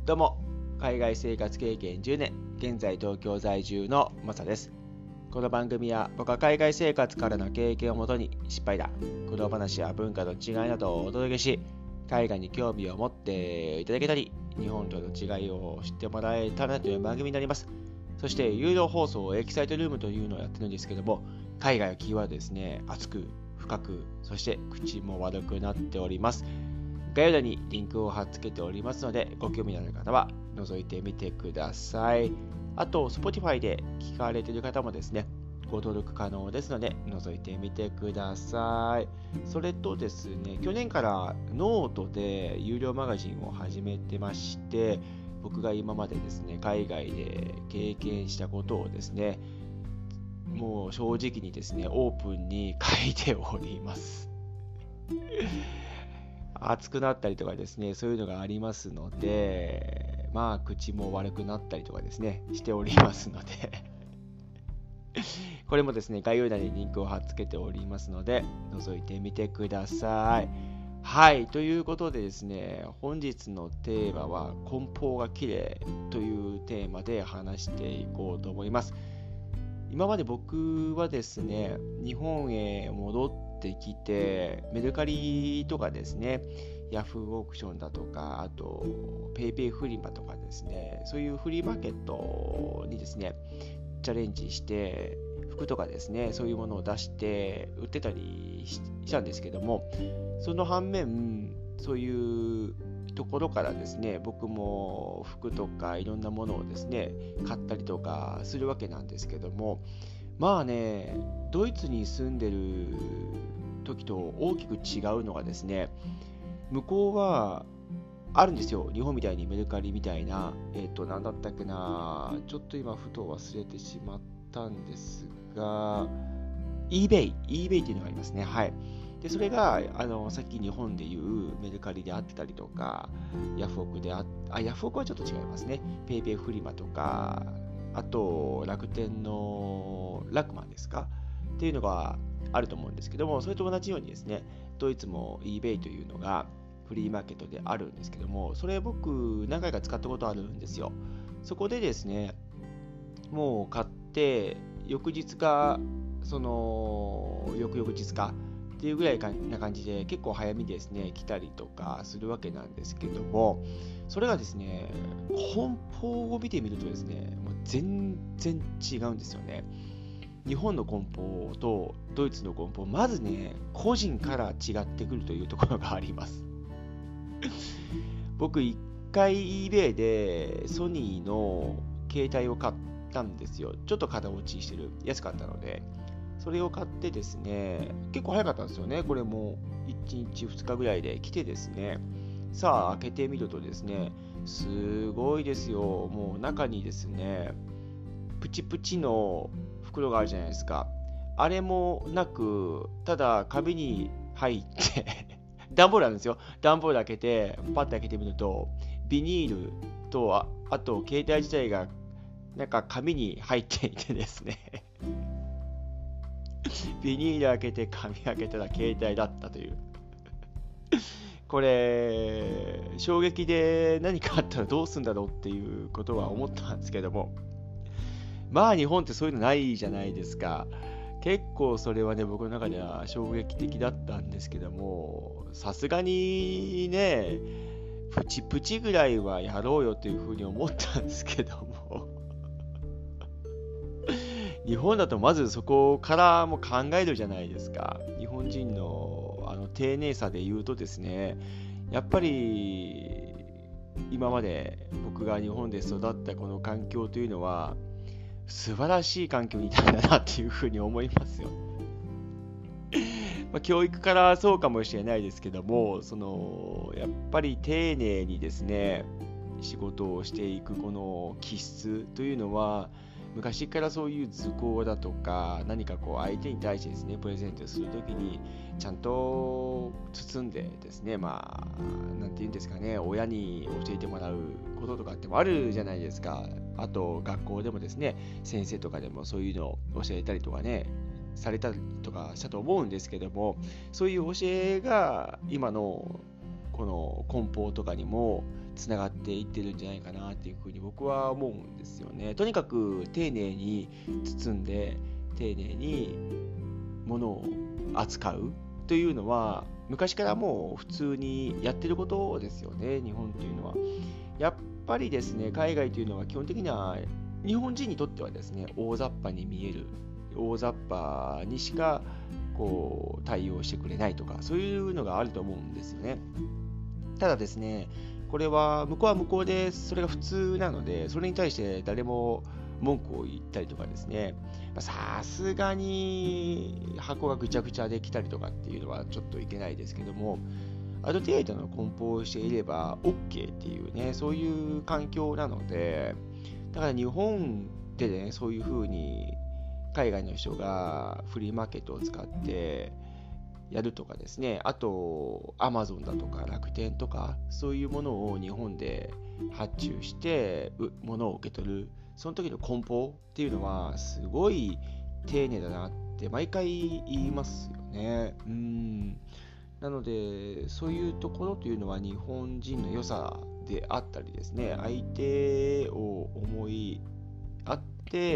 どうも、海外生活経験10年、現在東京在住のマサです。この番組は僕は海外生活からの経験をもとに失敗談、苦労話や文化の違いなどをお届けし、海外に興味を持っていただけたり、日本との違いを知ってもらえたらという番組になります。そして有料放送エキサイトルームというのをやってるんですけども、海外をキーワードですね、熱く深く、そして口も悪くなっております。概要欄にリンクを貼っ付けておりますので、ご興味のある方は覗いてみてください。あと、Spotify で聞かれている方もですね、ご登録可能ですので、覗いてみてください。それとですね、去年からノートで有料マガジンを始めてまして、僕が今までですね、海外で経験したことをですね、もう正直にですね、オープンに書いております。熱くなったりとかですね、そういうのがありますので、口も悪くなったりとかですね、しておりますのでこれもですね、概要欄にリンクを貼っ付けておりますので、覗いてみてください。はい、ということでですね、本日のテーマは梱包が綺麗というテーマで話していこうと思います。今まで僕はですね、日本へ戻ってきて、メルカリとかですね、ヤフーオークションだとか、あとペイペイフリマとかですね、そういうフリーマーケットにですね、チャレンジして、服とかですね、そういうものを出して売ってたりしたんですけども、その反面、そういうところからですね、僕も服とかいろんなものをですね、買ったりとかするわけなんですけども、ドイツに住んでる時と大きく違うのがですね、向こうはあるんですよ。日本みたいにメルカリみたいな、なんだったっけな、ちょっと今ふと忘れてしまったんですが、eBay っていうのがありますね。はい。で、それが、さっき日本でいうメルカリであったりとか、ヤフオクはちょっと違いますね。ペイペイフリマとか、あと、楽天のラクマンですかっていうのがあると思うんですけども、それと同じようにですね、ドイツも eBay というのがフリーマーケットであるんですけども、それ僕何回か使ったことあるんですよ。そこでですね、もう買って、翌日か、翌々日かっていうぐらいな感じで結構早めにですね、来たりとかするわけなんですけども、それがですね、梱包を見てみるとですね、もう全然違うんですよね。日本の梱包とドイツの梱包、まずね、個人から違ってくるというところがあります。僕、一回 eBay でソニーの携帯を買ったんですよ。ちょっと型落ちしてる。安かったので。それを買ってですね、結構早かったんですよね。これも1日2日ぐらいで来てですね、さあ開けてみるとですね、すごいですよ。もう中にですね、プチプチの袋があるじゃないですか。あれもなく、ただ紙に入って段ボールなんですよ。段ボール開けて、パッと開けてみると、ビニールと、あと携帯自体がなんか紙に入っていてですねビニール開けて紙開けたら携帯だったというこれ衝撃で、何かあったらどうするんだろうっていうことは思ったんですけども、日本ってそういうのないじゃないですか。結構それはね、僕の中では衝撃的だったんですけども、さすがにね、プチプチぐらいはやろうよというふうに思ったんですけども日本だとまずそこからも考えるじゃないですか。日本人の丁寧さで言うとですね、やっぱり今まで僕が日本で育ったこの環境というのは素晴らしい環境にいたんだなっていうふうに思いますよ。教育からそうかもしれないですけども、やっぱり丁寧にですね、仕事をしていくこの気質というのは、昔からそういう図工だとか、何かこう相手に対してですね、プレゼントするときに、ちゃんと包んでですね、なんていうんですかね、親に教えてもらうこととかってもあるじゃないですか。あと、学校でもですね、先生とかでもそういうのを教えたりとかね、されたりとかしたと思うんですけども、そういう教えが今のこの梱包とかにもつながっていってるんじゃないかなっていうふうに僕は思うんですよね。とにかく丁寧に包んで丁寧に物を扱うというのは昔からもう普通にやってることですよね、日本というのは。やっぱりですね、海外というのは基本的には日本人にとってはですね、大雑把に見える、大雑把にしかこう対応してくれないとか、そういうのがあると思うんですよね。ただですね、これは向こうは向こうでそれが普通なので、それに対して誰も文句を言ったりとかですね、さすがに箱がぐちゃぐちゃできたりとかっていうのはちょっといけないですけども、ある程度の梱包をしていれば OK っていうね、そういう環境なので、だから日本でね、そういう風に海外の人がフリーマーケットを使ってやるとかですね、あと Amazon だとか楽天とか、そういうものを日本で発注して物を受け取る、その時の梱包っていうのはすごい丁寧だなって毎回言いますよね。なのでそういうところというのは日本人の良さであったりですね、相手を思いあって、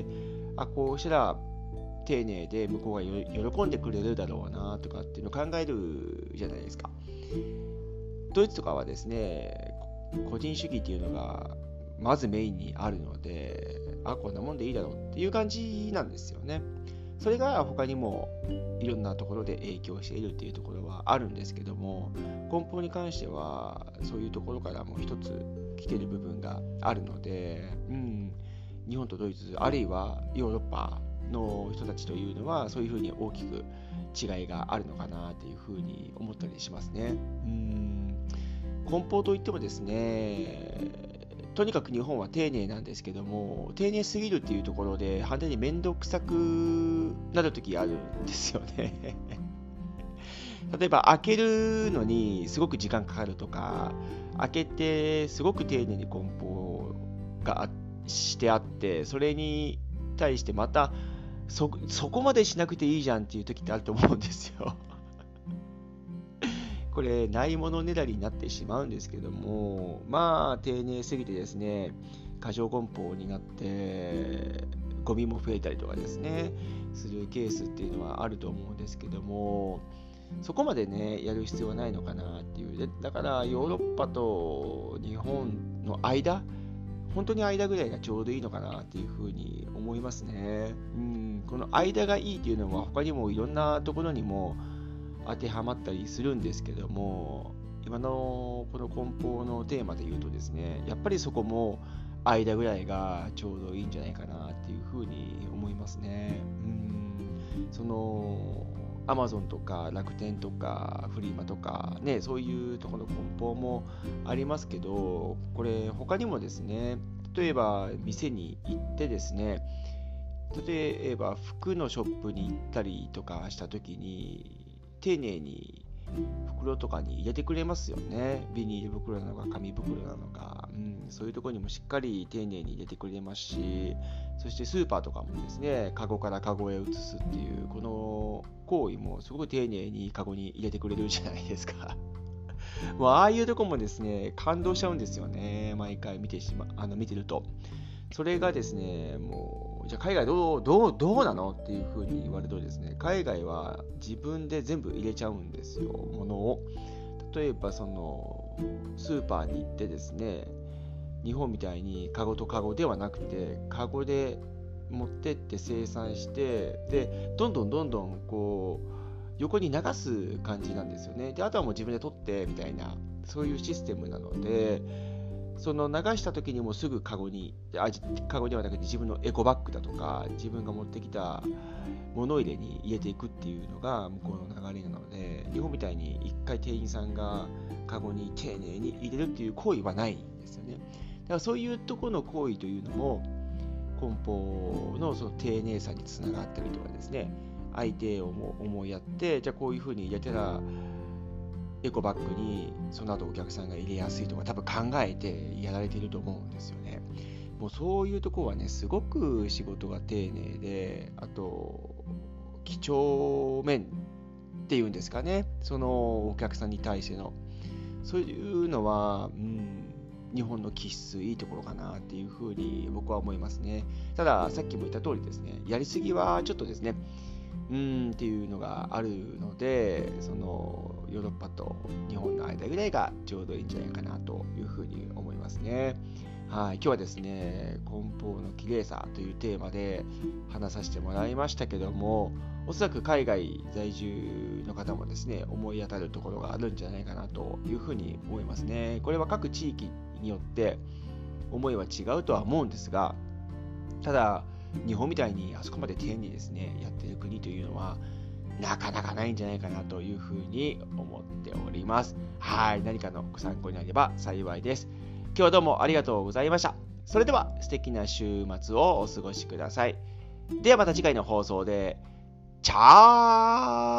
こうしたら丁寧で向こうが喜んでくれるだろうなとかっていうのを考えるじゃないですか。ドイツとかはですね、個人主義っていうのがまずメインにあるので、こんなもんでいいだろうっていう感じなんですよね。それが他にもいろんなところで影響しているっていうところはあるんですけども、梱包に関してはそういうところからも一つ来ている部分があるので、日本とドイツ、あるいはヨーロッパの人たちというのはそういうふうに大きく違いがあるのかなというふうに思ったりしますね。梱包といってもですね、とにかく日本は丁寧なんですけども、丁寧すぎるっていうところで反対に面倒くさくなるときあるんですよね。例えば開けるのにすごく時間かかるとか、開けてすごく丁寧に梱包がしてあって、それに対してまたそこまでしなくていいじゃんっていう時ってあると思うんですよ。これないものねだりになってしまうんですけども、丁寧すぎてですね、過剰梱包になってゴミも増えたりとかですねするケースっていうのはあると思うんですけども、そこまでねやる必要はないのかなっていう。だからヨーロッパと日本の間、本当に間ぐらいがちょうどいいのかなっていうふうに思いますね。この間がいいっていうのは他にもいろんなところにも当てはまったりするんですけども、今のこの梱包のテーマで言うとですね、やっぱりそこも間ぐらいがちょうどいいんじゃないかなっていうふうに思いますね。その Amazon とか楽天とかフリマとかね、そういうところの梱包もありますけど、これ他にもですね、例えば店に行ってですね、例えば服のショップに行ったりとかした時に丁寧に袋とかに入れてくれますよね。ビニール袋なのか紙袋なのか、そういうところにもしっかり丁寧に入れてくれますし、そしてスーパーとかもですね、カゴからカゴへ移すっていうこの行為もすごく丁寧にカゴに入れてくれるじゃないですか。もうああいうとこもですね、感動しちゃうんですよね。毎回見てると。それがですね、もう、じゃあ海外どうなのっていうふうに言われるとですね、海外は自分で全部入れちゃうんですよ、物を。例えば、その、スーパーに行ってですね、日本みたいにカゴとカゴではなくて、カゴで持ってって生産して、で、どんどんこう、横に流す感じなんですよね。で、あとはもう自分で取ってみたいな、そういうシステムなので、その流した時にもすぐカゴではなくて自分のエコバッグだとか自分が持ってきた物入れに入れていくっていうのが向こうの流れなので、日本みたいに一回店員さんがカゴに丁寧に入れるっていう行為はないんですよね。だからそういうところの行為というのも梱包のその丁寧さにつながったりとかですね、相手を思いやって、じゃあこういうふうに入れたらエコバッグにその後お客さんが入れやすいとか多分考えてやられていると思うんですよね。もうそういうところはね、すごく仕事が丁寧で、あと几帳面っていうんですかね、そのお客さんに対してのそういうのは、 日本の気質いいところかなっていうふうに僕は思いますね。たださっきも言った通りですね、やりすぎはちょっとですねっていうのがあるので、そのヨーロッパと日本の間ぐらいがちょうどいいんじゃないかなというふうに思いますね。はい、今日はですね、梱包の綺麗さというテーマで話させてもらいましたけども、おそらく海外在住の方もですね、思い当たるところがあるんじゃないかなというふうに思いますね。これは各地域によって思いは違うとは思うんですが、ただ日本みたいにあそこまで丁寧にですね、やっている国というのはなかなかないんじゃないかなというふうに思っております。はい、何かのご参考になれば幸いです。今日はどうもありがとうございました。それでは素敵な週末をお過ごしください。ではまた次回の放送で。チャー